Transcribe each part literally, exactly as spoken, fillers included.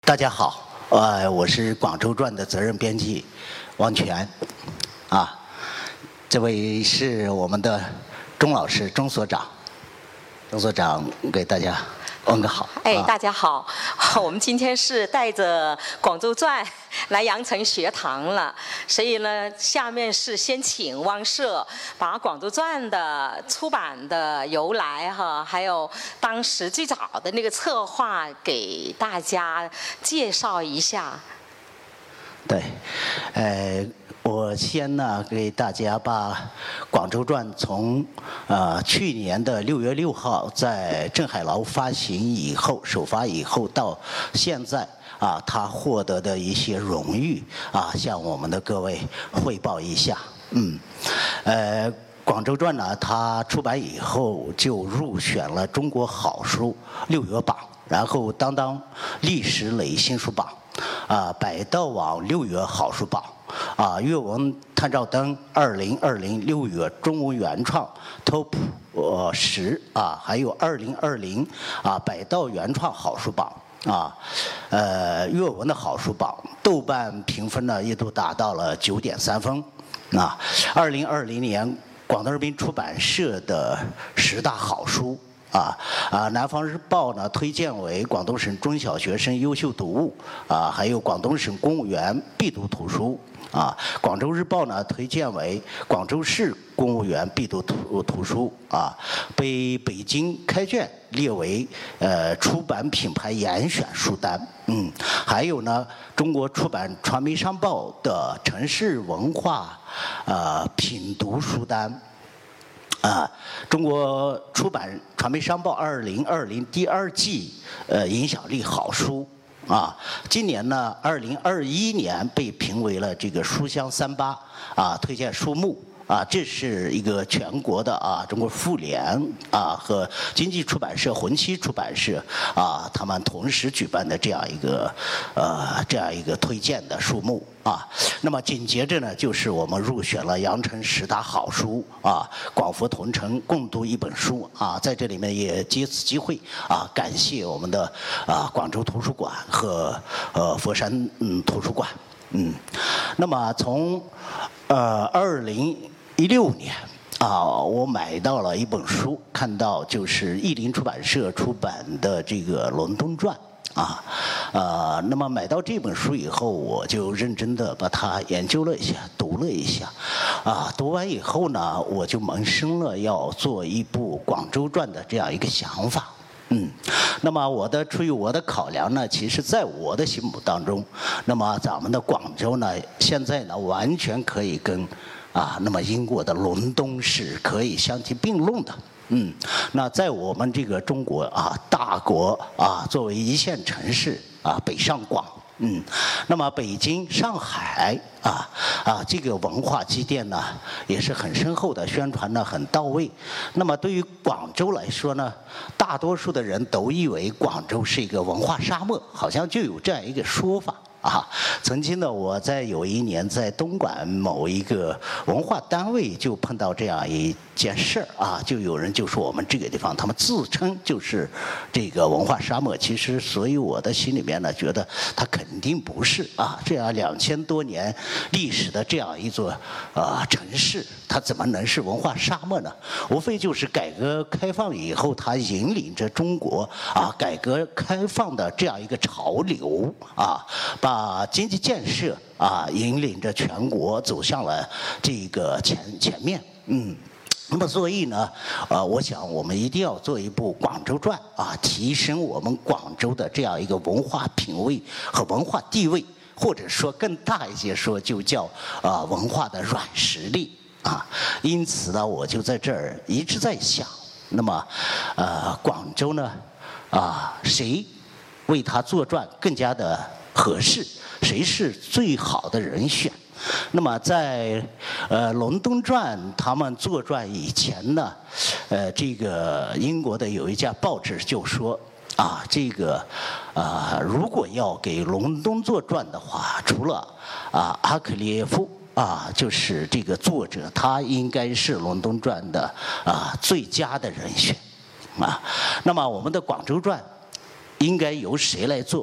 大家好，呃，我是《广州传》的责任编辑王权，啊，这位是我们的钟老师，钟所长，钟所长给大家问个好。 哎， 啊、 大家好，我们今天是带着《广州传》来羊城学堂了，所以呢，下面是先请汪社把《广州传》的出版的由来哈，还有当时最早的那个策划给大家介绍一下。 对，呃，我先呢给大家把《广州传》从呃去年的六月六号在镇海楼发行以后，首发以后到现在啊，他获得的一些荣誉啊，向我们的各位汇报一下。嗯，呃。《广州传》呢，它出版以后就入选了中国好书六月榜，然后当当历史类新书榜，啊，百道网六月好书榜，啊，阅文探照灯二零二零六月中文原创 Top 呃十啊，还有二零二零啊百道原创好书榜。啊，呃，阅文的好书榜，豆瓣评分呢一度达到了九点三分。啊，二零二零年广东人民出版社的十大好书啊啊，南方日报呢推荐为广东省中小学生优秀读物啊，还有广东省公务员必读图书啊，广州日报呢推荐为广州市公务员必读图图书啊，被北京开卷列为呃出版品牌严选书单。嗯，还有呢，中国出版传媒商报的城市文化呃品读书单。啊，中国出版传媒商报二零二零第二季呃影响力好书啊，今年呢，二零二一年被评为了这个书香三八啊推荐书目。啊，这是一个全国的啊，中国妇联啊和经济出版社、魂七出版社啊，他们同时举办的这样一个呃这样一个推荐的书目啊。那么紧接着呢，就是我们入选了羊城十大好书啊，广佛同城共读一本书啊。在这里面也借此机会啊，感谢我们的啊广州图书馆和呃佛山嗯图书馆嗯。那么从呃二零一六年啊，我买到了一本书，看到就是译林出版社出版的这个《伦敦传》啊，呃，那么买到这本书以后，我就认真的把它研究了一下，读了一下，啊，读完以后呢，我就萌生了要做一部《广州传》的这样一个想法。嗯，那么我的出于我的考量呢，其实在我的心目当中，那么咱们的广州呢，现在呢完全可以跟啊，那么英国的伦敦是可以相提并论的。嗯，那在我们这个中国啊大国啊，作为一线城市啊，北上广。嗯，那么北京、上海啊啊，这个文化积淀呢也是很深厚的，宣传呢很到位。那么对于广州来说呢，大多数的人都以为广州是一个文化沙漠，好像就有这样一个说法。啊，曾经呢，我在有一年在东莞某一个文化单位就碰到这样一件事儿啊，就有人就说我们这个地方，他们自称就是这个文化沙漠。其实，所以我的心里面呢，觉得它肯定不是啊。这样两千多年历史的这样一座啊、呃、城市，它怎么能是文化沙漠呢？无非就是改革开放以后，它引领着中国啊改革开放的这样一个潮流啊，把把经济建设啊引领着全国走向了这个前前面，嗯。那么所以呢，呃，我想我们一定要做一部《广州传》啊，提升我们广州的这样一个文化品位和文化地位，或者说更大一些说，就叫啊、呃、文化的软实力啊。因此呢，我就在这儿一直在想，那么呃，广州呢，啊，谁为它作传更加的合适，谁是最好的人选？那么在呃《伦敦传》他们作传以前呢，呃，这个英国的有一家报纸就说啊，这个啊、呃，如果要给伦敦作传的话，除了啊阿克利耶夫啊，就是这个作者，他应该是《伦敦传》的啊最佳的人选啊。那么我们的《广州传》应该由谁来做？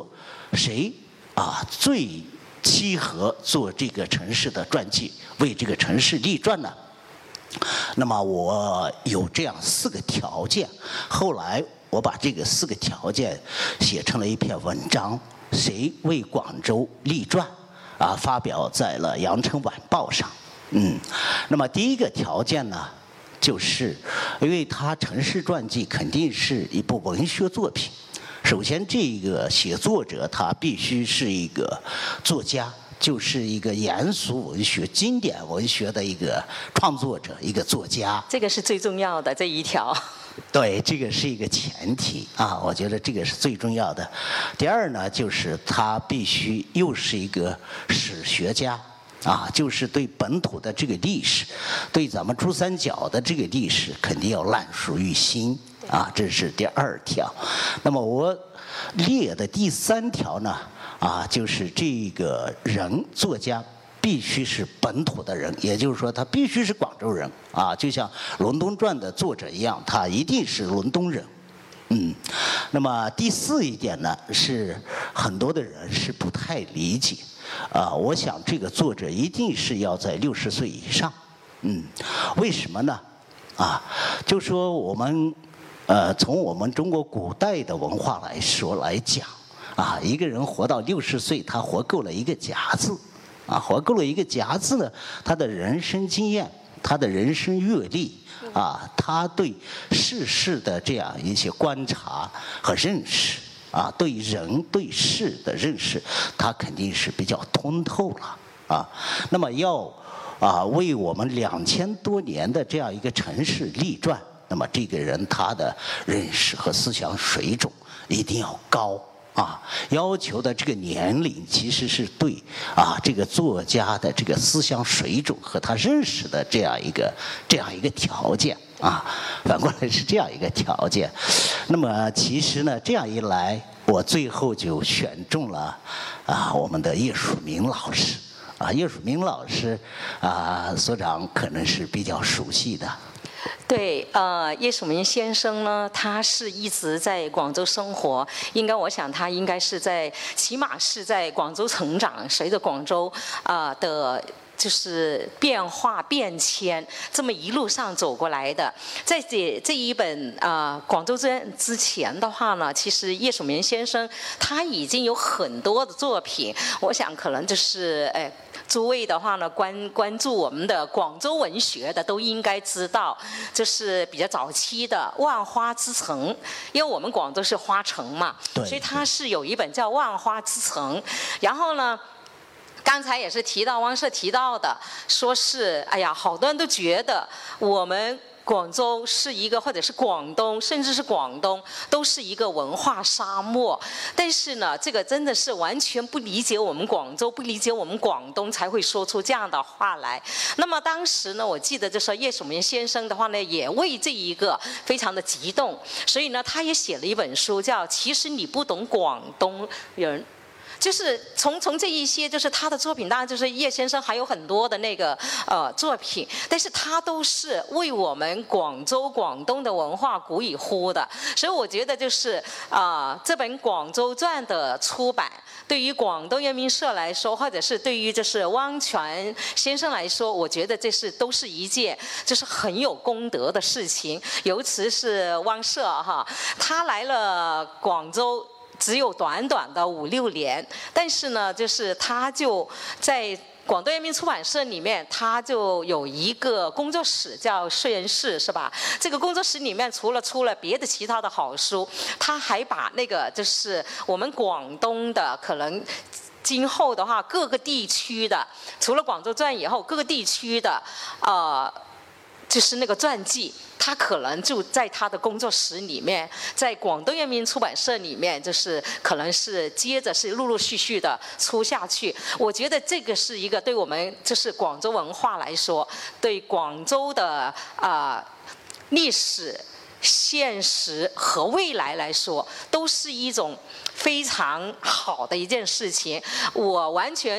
谁啊最契合做这个城市的传记，为这个城市立传呢？那么我有这样四个条件，后来我把这个四个条件写成了一篇文章，谁为广州立传啊，发表在了《羊城晚报》上。嗯，那么第一个条件呢，就是因为它城市传记肯定是一部文学作品，首先这个写作者他必须是一个作家，就是一个严肃文学、经典文学的一个创作者，一个作家。 这个是最重要的这一条。 对，这个是一个前提啊，我觉得这个是最重要的。第二呢，就是他必须又是一个史学家。啊，就是对本土的这个历史，对咱们珠三角的这个历史，肯定要烂熟于心啊，这是第二条。那么我列的第三条呢，啊，就是这个人作家必须是本土的人，也就是说他必须是广州人啊，就像《伦敦传》的作者一样，他一定是伦敦人。嗯，那么第四一点呢，是很多的人是不太理解。啊，我想这个作者一定是要在六十岁以上，嗯，为什么呢？啊，就说我们，呃，从我们中国古代的文化来说来讲，啊，一个人活到六十岁，他活够了一个甲字，啊，活够了一个甲字呢，他的人生经验，他的人生阅历，啊，他对世事的这样一些观察和认识。啊，对人对事的认识，他肯定是比较通透了啊。那么要啊为我们两千多年的这样一个城市立传，那么这个人他的认识和思想水准一定要高啊。要求的这个年龄其实是对啊这个作家的这个思想水准和他认识的这样一个这样一个条件。啊，反过来是这样一个条件。那么其实呢，这样一来，我最后就选中了啊我们的叶曙明老师。啊，叶曙明老师啊，所长可能是比较熟悉的。 对，呃，叶曙明先生呢，他是一直在广州生活，应该我想他应该是在，起码是在广州成长，随着广州啊、呃、的。就是变化变迁，这么一路上走过来的。在这这一本啊、呃《广州传》之前的话呢，其实叶曙明先生他已经有很多的作品，我想可能就是哎。诸位的话呢，关关注我们的广州文学的都应该知道，就是比较早期的《万花之城》，因为我们广州是花城嘛，所以它是有一本叫《万花之城》，然后呢。刚才也是提到汪社提到的，说是哎呀，好多人都觉得我们广州是一个，或者是广东，甚至是广东，都是一个文化沙漠。但是呢，这个真的是完全不理解我们广州，不理解我们广东，才会说出这样的话来。那么当时呢，我记得就说叶曙明先生的话呢，也为这一个非常的激动，所以呢，他也写了一本书，叫《其实你不懂广东人》。就是从从这一些，就是他的作品，当然就是叶先生还有很多的那个呃作品，但是他都是为我们广州广东的文化鼓以呼的，所以我觉得就是啊、呃、这本《广州传》的出版，对于广东人民社来说，或者是对于就是汪全先生来说，我觉得这是都是一件就是很有功德的事情，尤其是汪社哈，他来了广州。只有短短的五六年，但是呢，就是他就在广东人民出版社里面，他就有一个工作室叫燧人室，是吧？这个工作室里面除了出了别的其他的好书，他还把那个就是我们广东的可能。今后的话，各个地区的，除了广州传以后，各个地区的，呃。就是那个传记，他可能就在他的工作室里面，在广东人民出版社里面，就是可能是接着是陆陆续续的出下去。我觉得这个是一个对我们就是广州文化来说，对广州的啊、呃、历史、现实和未来来说，都是一种非常好的一件事情。我完全。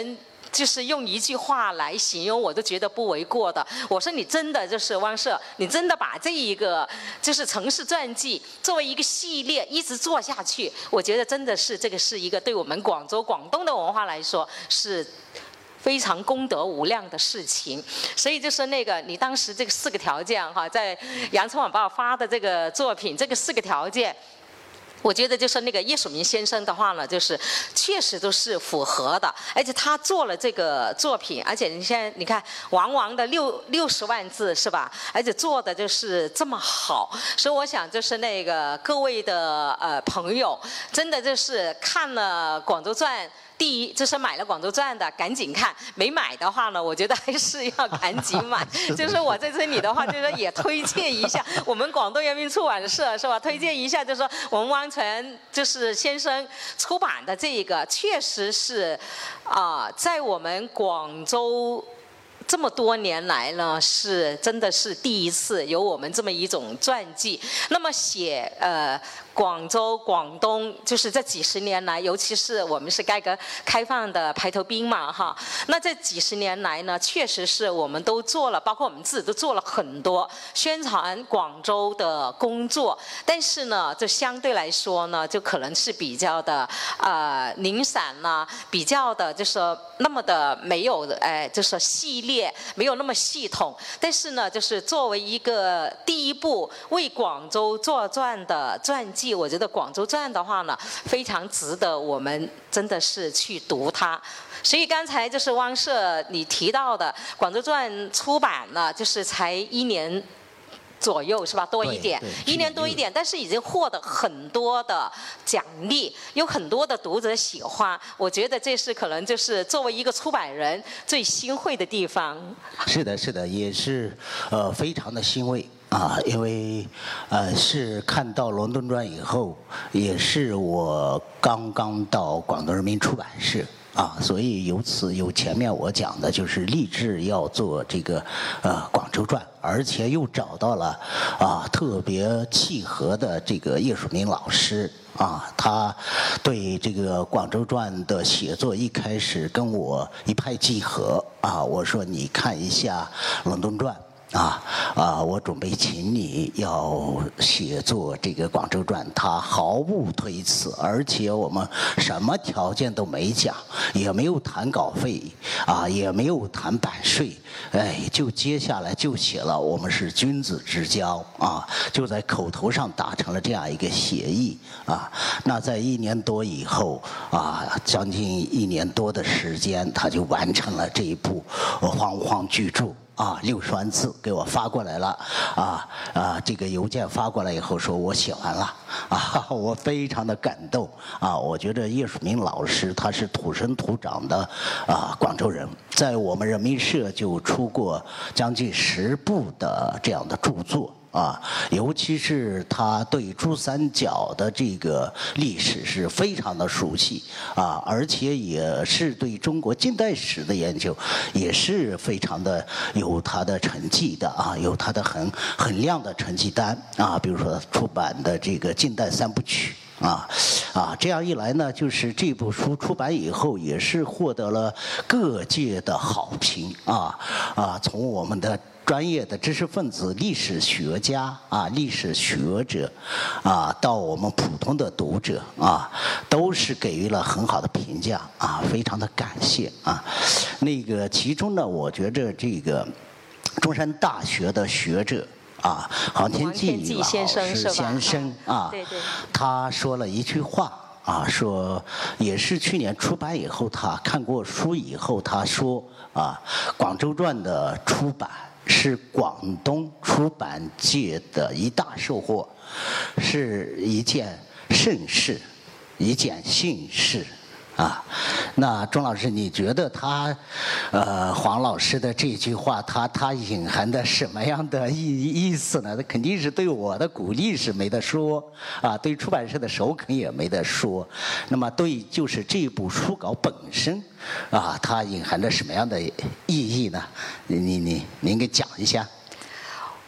就是用一句话来形容，我都觉得不为过的。我说你真的就是汪社，你真的把这一个就是城市传记作为一个系列一直做下去，我觉得真的是这个是一个对我们广州、广东的文化来说是非常功德无量的事情。所以就是那个你当时这个四个条件哈，在《羊城晚报》发的这个作品，这个四个条件。我觉得就是那个叶曙明先生的话呢，就是确实都是符合的，而且他做了这个作品，而且你现在你看，王王的六六十万字是吧？而且做的就是这么好，所以我想就是那个各位的呃朋友，真的就是看了《广州传》。第一，就是买了《广州传》的赶紧看，没买的话呢，我觉得还是要赶紧买。就是我在这里的话，就是说也推荐一下我们广东人民出版社是吧？推荐一下，就是说我们汪晨就是先生出版的这个，确实是啊、呃，在我们广州。这么多年来呢，是真的是第一次有我们这么一种传记。那么写呃广州、广东，就是这几十年来，尤其是我们是改革开放的排头兵嘛哈。那这几十年来呢，确实是我们都做了，包括我们自己都做了很多宣传广州的工作。但是呢，这相对来说呢，就可能是比较的呃零散呢，比较的就是那么的没有哎、呃，就是系列。没有那么系统，但是呢，就是作为一个第一部为广州作传的传记，我觉得《广州传》的话呢，非常值得我们真的是去读它。所以刚才就是汪社你提到的《广州传》出版了，就是才一年。左右是吧？多一点，一年多一点，但是已经获得很多的奖励，有很多的读者喜欢。我觉得这是可能就是作为一个出版人最欣慰的地方。 是的，是的，也是呃非常的欣慰。啊，因为呃是看到《伦敦传》以后，也是我刚刚到广东人民出版社。啊，所以由此有前面我讲的，就是立志要做这个呃广州传，而且又找到了啊特别契合的这个叶曙明老师啊，他对这个广州传的写作一开始跟我一拍即合啊，我说你看一下《伦敦传》。啊啊！我准备请你要写作这个《广州传》，他毫不推辞，而且我们什么条件都没讲，也没有谈稿费啊，也没有谈版税，哎，就接下来就写了，我们是君子之交啊，就在口头上达成了这样一个协议啊。那在一年多以后啊，将近一年多的时间，他就完成了这一部煌煌巨著。啊，六十万字给我发过来了，啊啊，这个邮件发过来以后说我写完了，啊，我非常的感动啊，我觉得叶曙明老师他是土生土长的啊广州人，在我们人民社就出过将近十部的这样的著作。啊，尤其是他对珠三角的这个历史是非常的熟悉啊，而且也是对中国近代史的研究也是非常的有他的成绩的啊，有他的很很亮的成绩单啊，比如说出版的这个近代三部曲。啊，啊，这样一来呢，就是这部书出版以后，也是获得了各界的好评啊啊，从我们的专业的知识分子、历史学家啊、历史学者啊，到我们普通的读者啊，都是给予了很好的评价啊，非常的感谢啊。那个其中呢，我觉着这个中山大学的学者。啊，黄天骥老师先生啊， 对对， 他说了一句话啊，说也是去年出版以后，他看过书以后，他说啊，《广州传》的出版是广东出版界的一大收获，是一件盛事，一件幸事。啊，那钟老师，你觉得他，呃，黄老师的这句话，他他隐含的什么样的意意思呢？他肯定是对我的鼓励是没得说，啊，对出版社的首肯也没得说。那么对，就是这部书稿本身，啊，它隐含着什么样的意义呢？你你您给讲一下。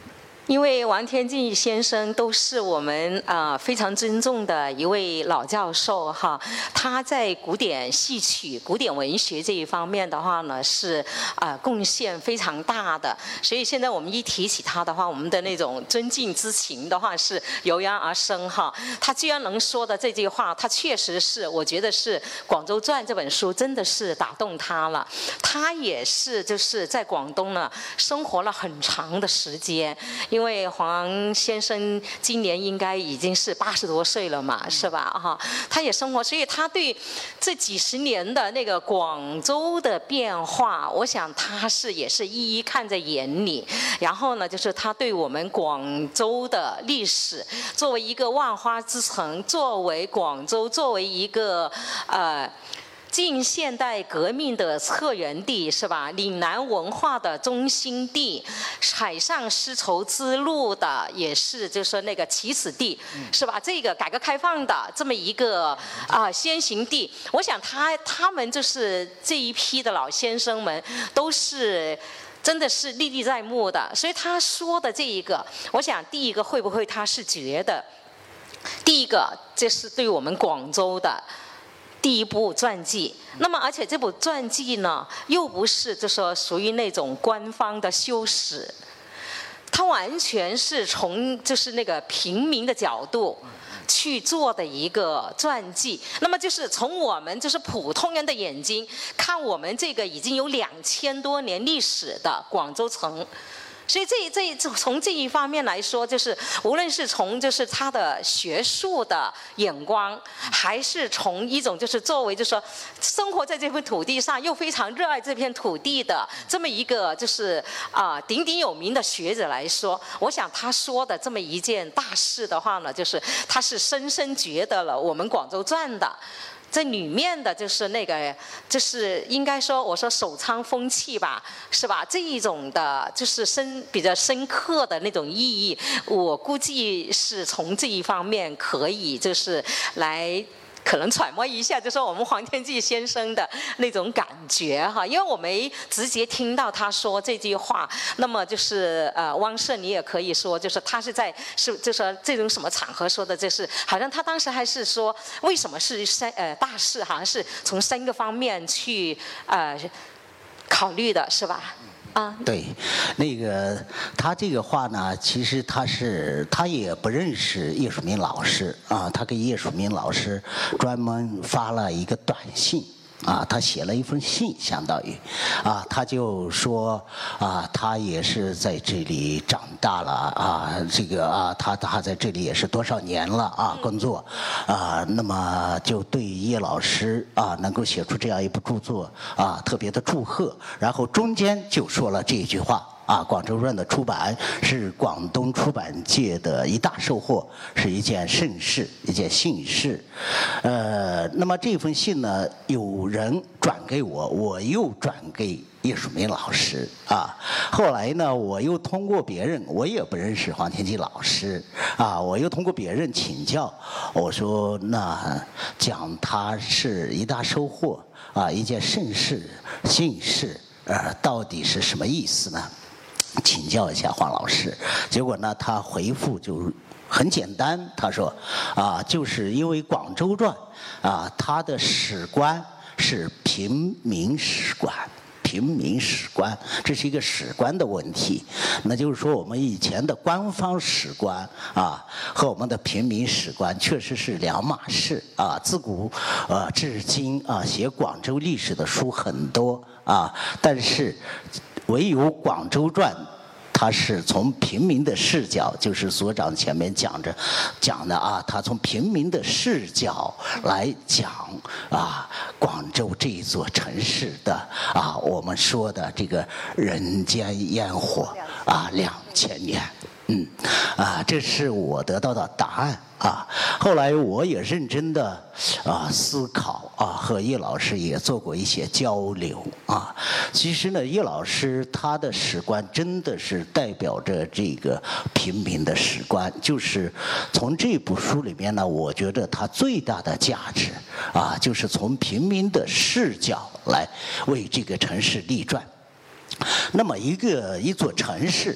因为王天骥先生都是我们啊、呃、非常尊重的一位老教授哈，他在古典戏曲、古典文学这一方面的话呢是啊、呃、贡献非常大的，所以现在我们一提起他的话，我们的那种尊敬之情的话是油然而生哈。他居然能说的这句话，他确实是，我觉得是《广州传》这本书真的是打动他了。他也是就是在广东呢生活了很长的时间，因为黄先生今年应该已经是八十多岁了嘛，是吧？哈，他也生活，所以他对这几十年的那个广州的变化，我想他是也是一一看在眼里。然后呢，就是他对我们广州的历史，作为一个万花之城，作为广州，作为一个呃。近现代革命的策源地是吧？岭南文化的中心地，海上丝绸之路的也是就是说那个起始地是吧？这个改革开放的这么一个啊、呃、先行地，我想他他们就是这一批的老先生们都是。真的是历历在目的，所以他说的这一个，我想第一个会不会他是觉得，第一个这是对我们广州的。第一部传记，那么而且这部传记呢，又不是就说属于那种官方的修史，它完全是从就是那个平民的角度去做的一个传记。那么就是从我们就是普通人的眼睛看我们这个已经有两千多年历史的广州城。所以这这从这一方面来说，就是无论是从就是他的学术的眼光，还是从一种就是作为就是说生活在这片土地上又非常热爱这片土地的这么一个就是啊、呃、鼎鼎有名的学者来说，我想他说的这么一件大事的话呢，就是他是深深觉得了我们广州传的。这里面的就是那个，就是应该说，我说首昌风气吧，是吧？这一种的，就是深比较深刻的那种意义，我估计是从这一方面可以就是来。可能揣摩一下，就说我们黄天骥先生的那种感觉哈，因为我没直接听到他说这句话，那么就是呃，汪社你也可以说，就是他是在是就说这种什么场合说的，就是好像他当时还是说为什么是三呃大事，好像是从三个方面去呃考虑的，是吧？啊， 对，那个他这个话呢，其实他是他也不认识叶曙明老师啊，他给叶曙明老师专门发了一个短信。啊，他写了一封信，相当于，啊，他就说啊，他也是在这里长大了啊，这个啊，他他在这里也是多少年了啊，工作，啊，那么就对叶老师啊能够写出这样一部著作啊，特别的祝贺，然后中间就说了这句话。啊，《广州传》的出版是广东出版界的一大收获，是一件盛事，一件幸事。呃，那么这封信呢，有人转给我，我又转给叶曙明老师啊。后来呢，我又通过别人，我也不认识黄天骥老师啊，我又通过别人请教，我说那讲他是一大收获啊，一件盛事、幸事，呃，到底是什么意思呢？请教一下黄老师，结果呢，他回复就很简单，他说啊，就是因为《广州传》啊，它的史官是平民史官。平民史官，这是一个史官的问题。那就是说，我们以前的官方史官啊，和我们的平民史官确实是两码事啊。自古呃至今啊，写广州历史的书很多啊，但是唯有《广州传》。他是从平民的视角，就是所长前面讲着讲的啊，他从平民的视角来讲啊，广州这一座城市的啊，我们说的这个人间烟火啊，两千年，嗯，啊，这是我得到的答案啊。后来我也认真的啊思考啊，和叶老师也做过一些交流啊。其实呢，叶老师他的史观真的是代表着这个平民的史观，就是从这部书里面呢，我觉得它最大的价值啊，就是从平民的视角来为这个城市立传。那么一个一座城市，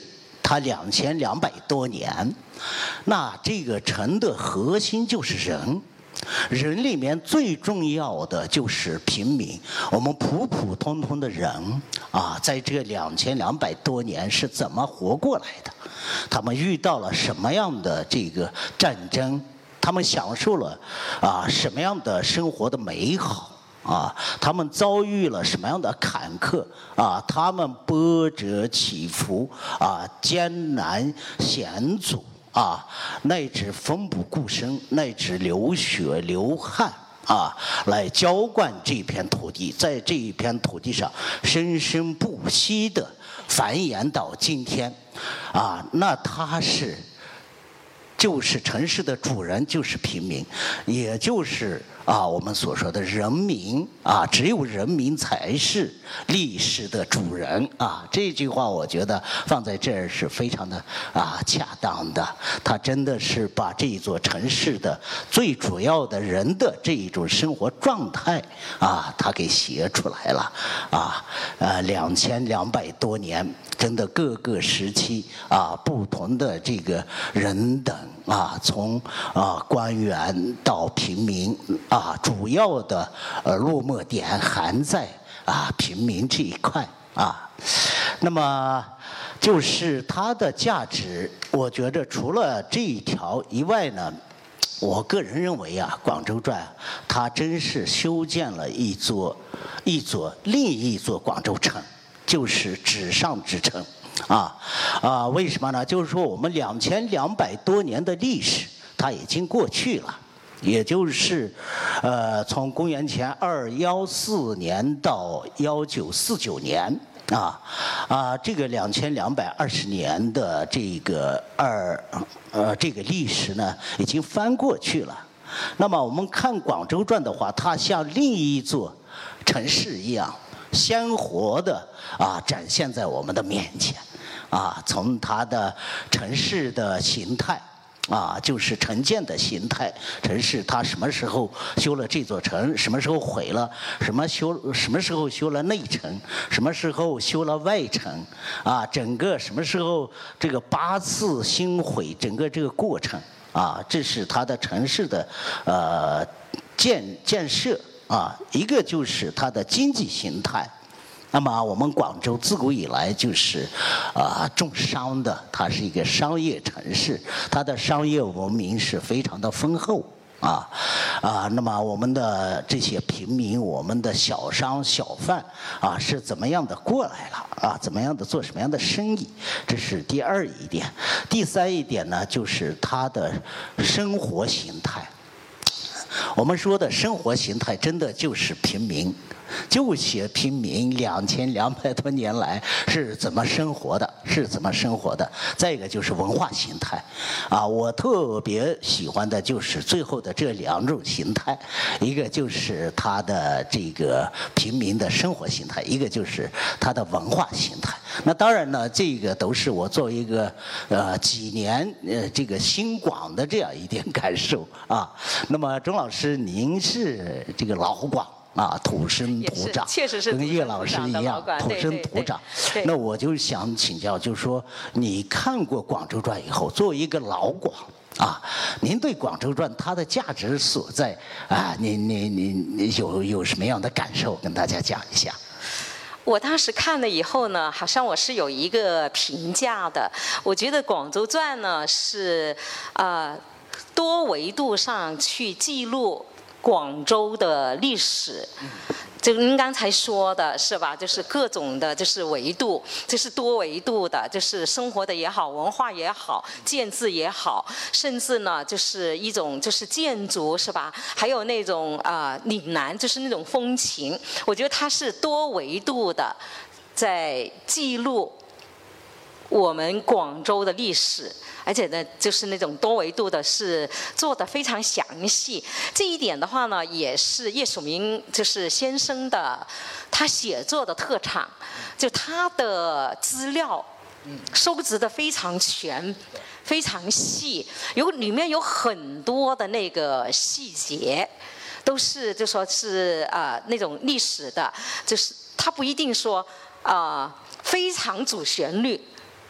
它两千两百多年，那这个城的核心就是人。人里面最重要的就是平民，我们普普通通的人啊，在这两千两百多年是怎么活过来的？他们遇到了什么样的这个战争？他们享受了啊什么样的生活的美好？啊，他们遭遇了什么样的坎坷？啊，他们波折起伏，啊，艰难险阻。啊，乃至奋不顾身，乃至流血流汗啊，来浇灌这片土地，在这一片土地上生生不息的繁衍到今天，啊，那他是就是城市的主人，就是平民，也就是啊我们所说的人民啊，只有人民才是历史的主人啊。这句话我觉得放在这儿是非常的啊恰当的。他真的是把这一座城市的最主要的人的这一种生活状态啊，他给写出来了啊。呃，两千两百多年，真的各个时期啊，不同的这个人等啊，从啊官员到平民啊，主要的呃落寞点还在啊平民这一块啊。那么就是它的价值，我觉得除了这一条以外呢，我个人认为啊，广州传它真是修建了一座一座另一座广州城，就是纸上之城。啊啊，为什么呢？就是说我们两千两百多年的历史，它已经过去了，也就是，呃，从公元前二幺四年到幺九四九年，啊啊，这个两千两百二十年的这个二呃这个历史呢，已经翻过去了。那么我们看广州传的话，它像另一座城市一样，鲜活的啊展现在我们的面前，啊，从它的城市的形态，啊，就是城建的形态，城市它什么时候修了这座城，什么时候毁了，什么修什么时候修了内城，什么时候修了外城，啊，整个什么时候这个八次兴毁，整个这个过程，啊，这是它的城市的呃建建设。啊，一个就是它的经济形态。那么我们广州自古以来就是啊重商的，它是一个商业城市，它的商业文明是非常的丰厚啊啊。那么我们的这些平民，我们的小商小贩啊是怎么样的过来了啊？怎么样的做什么样的生意？这是第二一点。第三一点呢，就是它的生活形态。我们说的生活形态，真的就是平民，就写平民两千两百多年来是怎么生活的，是怎么生活的。再一个就是文化形态，啊，我特别喜欢的就是最后的这两种形态，一个就是他的这个平民的生活形态，一个就是他的文化形态。那当然呢，这个都是我作为一个呃几年呃这个新广的这样一点感受啊。那么钟老师，您是这个老广啊，土生土长， 确实是跟叶老师一样，土生土长。那我就想请教，就是说你看过《广州传》以后，作为一个老广啊，您对《广州传》它的价值所在啊，你你你你有有什么样的感受，跟大家讲一下？ 我当时看了以后呢，好像我是有一个评价的。我觉得《广州传》呢是呃多维度上去记录广州的历史。就您刚才说的是吧？就是各种的，就是维度，这是多维度的，就是生活的也好，文化也好，建制也好，甚至呢，就是一种就是建筑是吧？还有那种啊、呃、岭南，就是那种风情。我觉得它是多维度的，在记录我们广州的历史。而且呢，就是那种多维度的，是做得非常详细。这一点的话呢，也是叶曙明就是先生的他写作的特长，就他的资料收集得非常全、非常细，有里面有很多的那个细节，都是就说是呃那种历史的，就是他不一定说啊、呃、非常主旋律。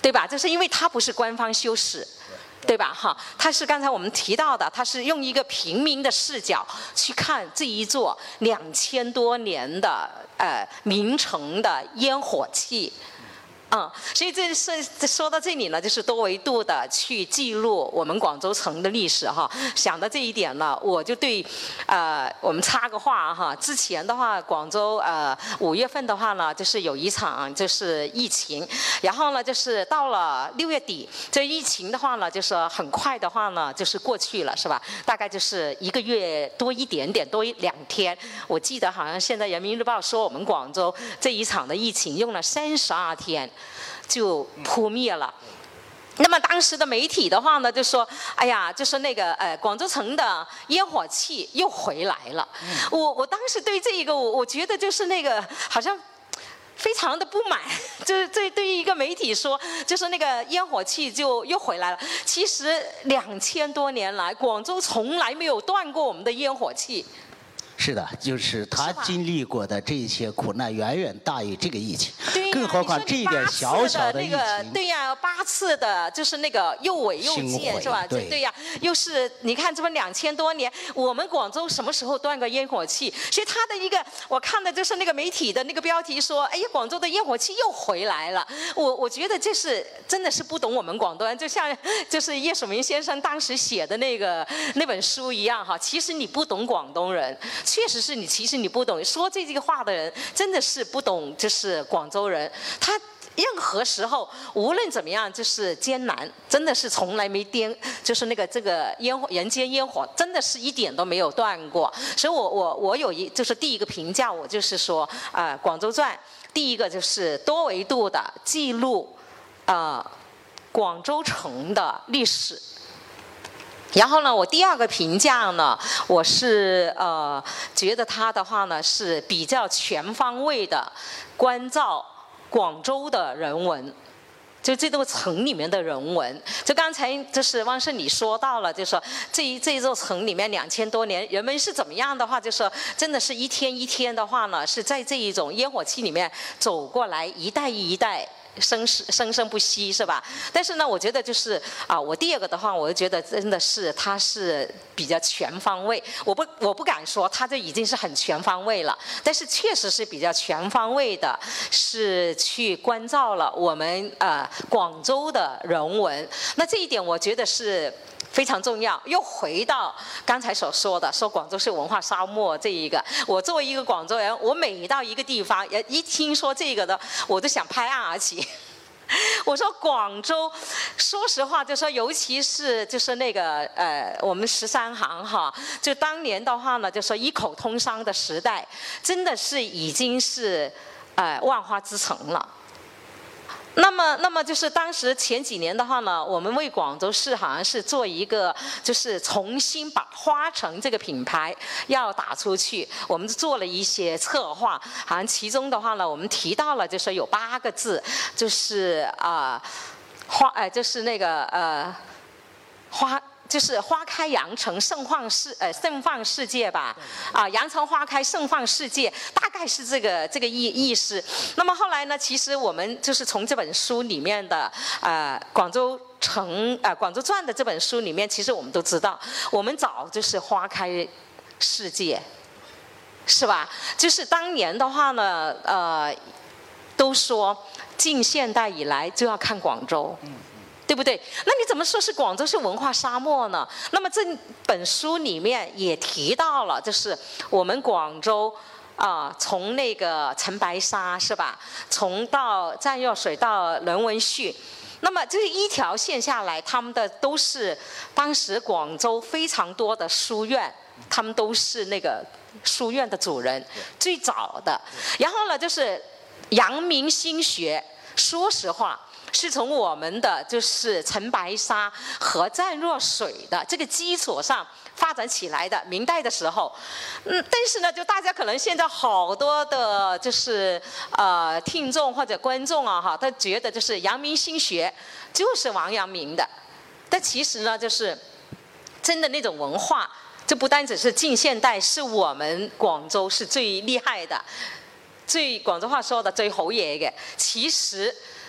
对吧？就是因为它不是官方修史。对吧？哈，它是刚才我们提到的，它是用一个平民的视角去看这一座两千多年的呃名城的烟火气。嗯，所以这是说到这里呢，就是多维度的去记录我们广州城的历史哈。想到这一点呢，我就对，呃，我们插个话哈。之前的话，广州呃五月份的话呢，就是有一场就是疫情，然后呢就是到了六月底，这疫情的话呢，就是很快的话呢就是过去了，是吧？大概就是一个月多一点点，多一两天。我记得好像现在人民日报说我们广州这一场的疫情用了三十二天。就扑灭了。那么当时的媒体的话呢，就说：“哎呀，就说那个呃，广州城的烟火气又回来了。嗯”我我当时对这个，我我觉得就是那个好像非常的不满，就是这对于一个媒体说，就是那个烟火气就又回来了。其实两千多年来，广州从来没有断过我们的烟火气。 是的，就是他经历过的这些苦难远远大于这个疫情，更何况这一点小小的疫情。 对呀，八次的就是那个又伪又贱，是吧？ 对对呀，又是你看这么两千多年，我们广州什么时候断过烟火气？所以他的一个我看的就是那个媒体的那个标题说：“哎呀，广州的烟火气又回来了。”我我觉得这是真的是不懂我们广东人，就像就是叶曙明先生当时写的那个那本书一样哈。其实你不懂广东人。确实是你，其实你不懂。说这句话的人真的是不懂，就是广州人。他任何时候，无论怎么样，就是艰难，真的是从来没颠，就是那个这个烟火，人间烟火，真的是一点都没有断过。所以我我我有一，就是第一个评价，我就是说，啊、呃，广州传，第一个就是多维度的记录，啊、呃，广州城的历史。然后呢，我第二个评价呢，我是呃觉得他的话呢是比较全方位的关照广州的人文，就这座城里面的人文。就刚才就是汪胜你说到了，就说这一这一座城里面两千多年，人们是怎么样的话，就说真的是一天一天的话呢，是在这一种烟火气里面走过来，一代一代。生生生不息是吧？但是呢，我觉得就是啊，我第二个的话，我就觉得真的是它是比较全方位。我不我不敢说它就已经是很全方位了，但是确实是比较全方位的，是去关照了我们呃广州的人文。那这一点我觉得是非常重要。又回到刚才所说的，说广州是文化沙漠这一个，我作为一个广州人，我每到一个地方，一听说这个的，我都想拍案而起。我说广州，说实话，就说尤其是就是那个呃，我们十三行哈，就当年的话呢，就说一口通商的时代，真的是已经是呃万花之城了。那么，那么就是当时前几年的话呢，我们为广州市好像是做一个，就是重新把花城这个品牌要打出去，我们做了一些策划，好像其中的话呢，我们提到了就是有八个字，就是啊、呃、花，呃就是那个呃花。就是花开阳城，盛放世呃盛放世界吧，啊，阳城花开，盛放世界，大概是这个这个意意思。那么后来呢，其实我们就是从这本书里面的呃广州城呃广州传的这本书里面，其实我们都知道，我们早就是花开世界，是吧？就是当年的话呢，呃，都说近现代以来就要看广州。对不对？那你怎么说是广州是文化沙漠呢？那么这本书里面也提到了，就是我们广州啊、呃，从那个陈白沙是吧，从到湛若水到人文序，那么这一条线下来，他们的都是当时广州非常多的书院，他们都是那个书院的主人，最早的。然后呢，就是阳明心学，说实话。是从我们的就是陈白沙和湛若水的这个基础上发展起来的。明代的时候，嗯，但是呢，就大家可能现在好多的，就是呃听众或者观众啊，哈，他觉得就是阳明心学就是王阳明的，但其实呢，就是真的那种文化，这不单只是近现代，是我们广州是最厉害的，最广州话说的最好嘢嘅，其实。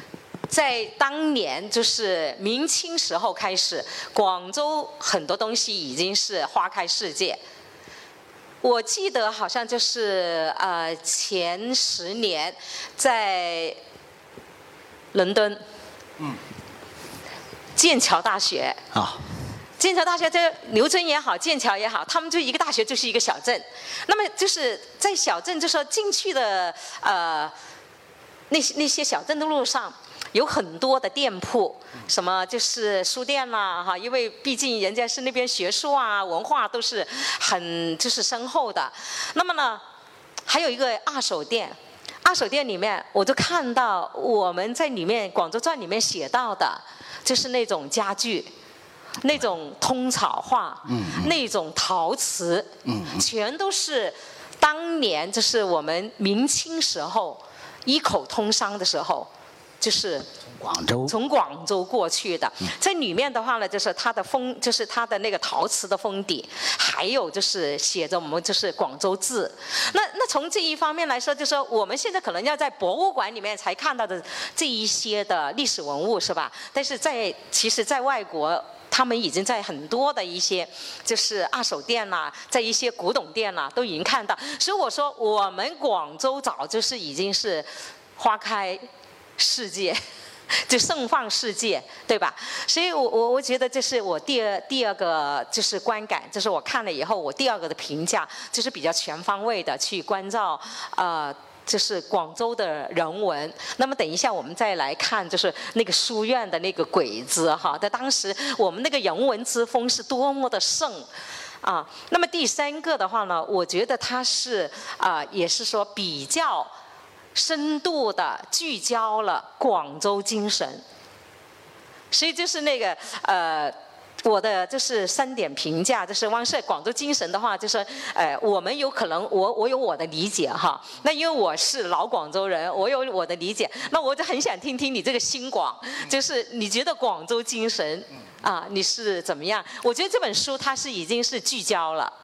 在当年就是明清时候开始，广州很多东西已经是花开世界。我记得好像就是呃前十年在伦敦，嗯，剑桥大学啊。 剑桥大学，这牛津也好，剑桥也好，他们就一个大学就是一个小镇。那么就是在小镇，就说进去的呃那些那些小镇的路上，有很多的店铺，什么就是书店啦，哈，因为毕竟人家是那边学术啊、文化都是很就是深厚的。那么呢，还有一个二手店，二手店里面我就看到我们在里面《广州传》里面写到的，就是那种家具。那种通草画，嗯嗯、那种陶瓷，嗯嗯、全都是当年就是我们明清时候一口通商的时候，就是广州从广州过去的。嗯、在里面的话呢，就是它的封，就是它的那个陶瓷的封底，还有就是写着我们就是广州字。那那从这一方面来说，就是说我们现在可能要在博物馆里面才看到的这一些的历史文物，是吧？但是在其实，在外国。他们已经在很多的一些就是二手店呐、啊，在一些古董店呐、啊，都已经看到。所以我说，我们广州早就是已经是花开世界，就盛放世界，对吧？所以我我我觉得这是我第二第二个就是观感，就是我看了以后，我第二个的评价就是比较全方位的去关照呃。就是广州的人文。那么等一下我们再来看，就是那个书院的那个鬼子哈，在当时我们那个人文之风是多么的盛啊。那么第三个的话呢，我觉得它是啊、呃，也是说比较深度的聚焦了广州精神。所以就是那个呃。我的就是三点评价，就是汪社广州精神的话，就是呃，我们有可能我我有我的理解哈。那因为我是老广州人，我有我的理解，那我就很想听听你这个新广，就是你觉得广州精神啊，你是怎么样？我觉得这本书它是已经是聚焦了。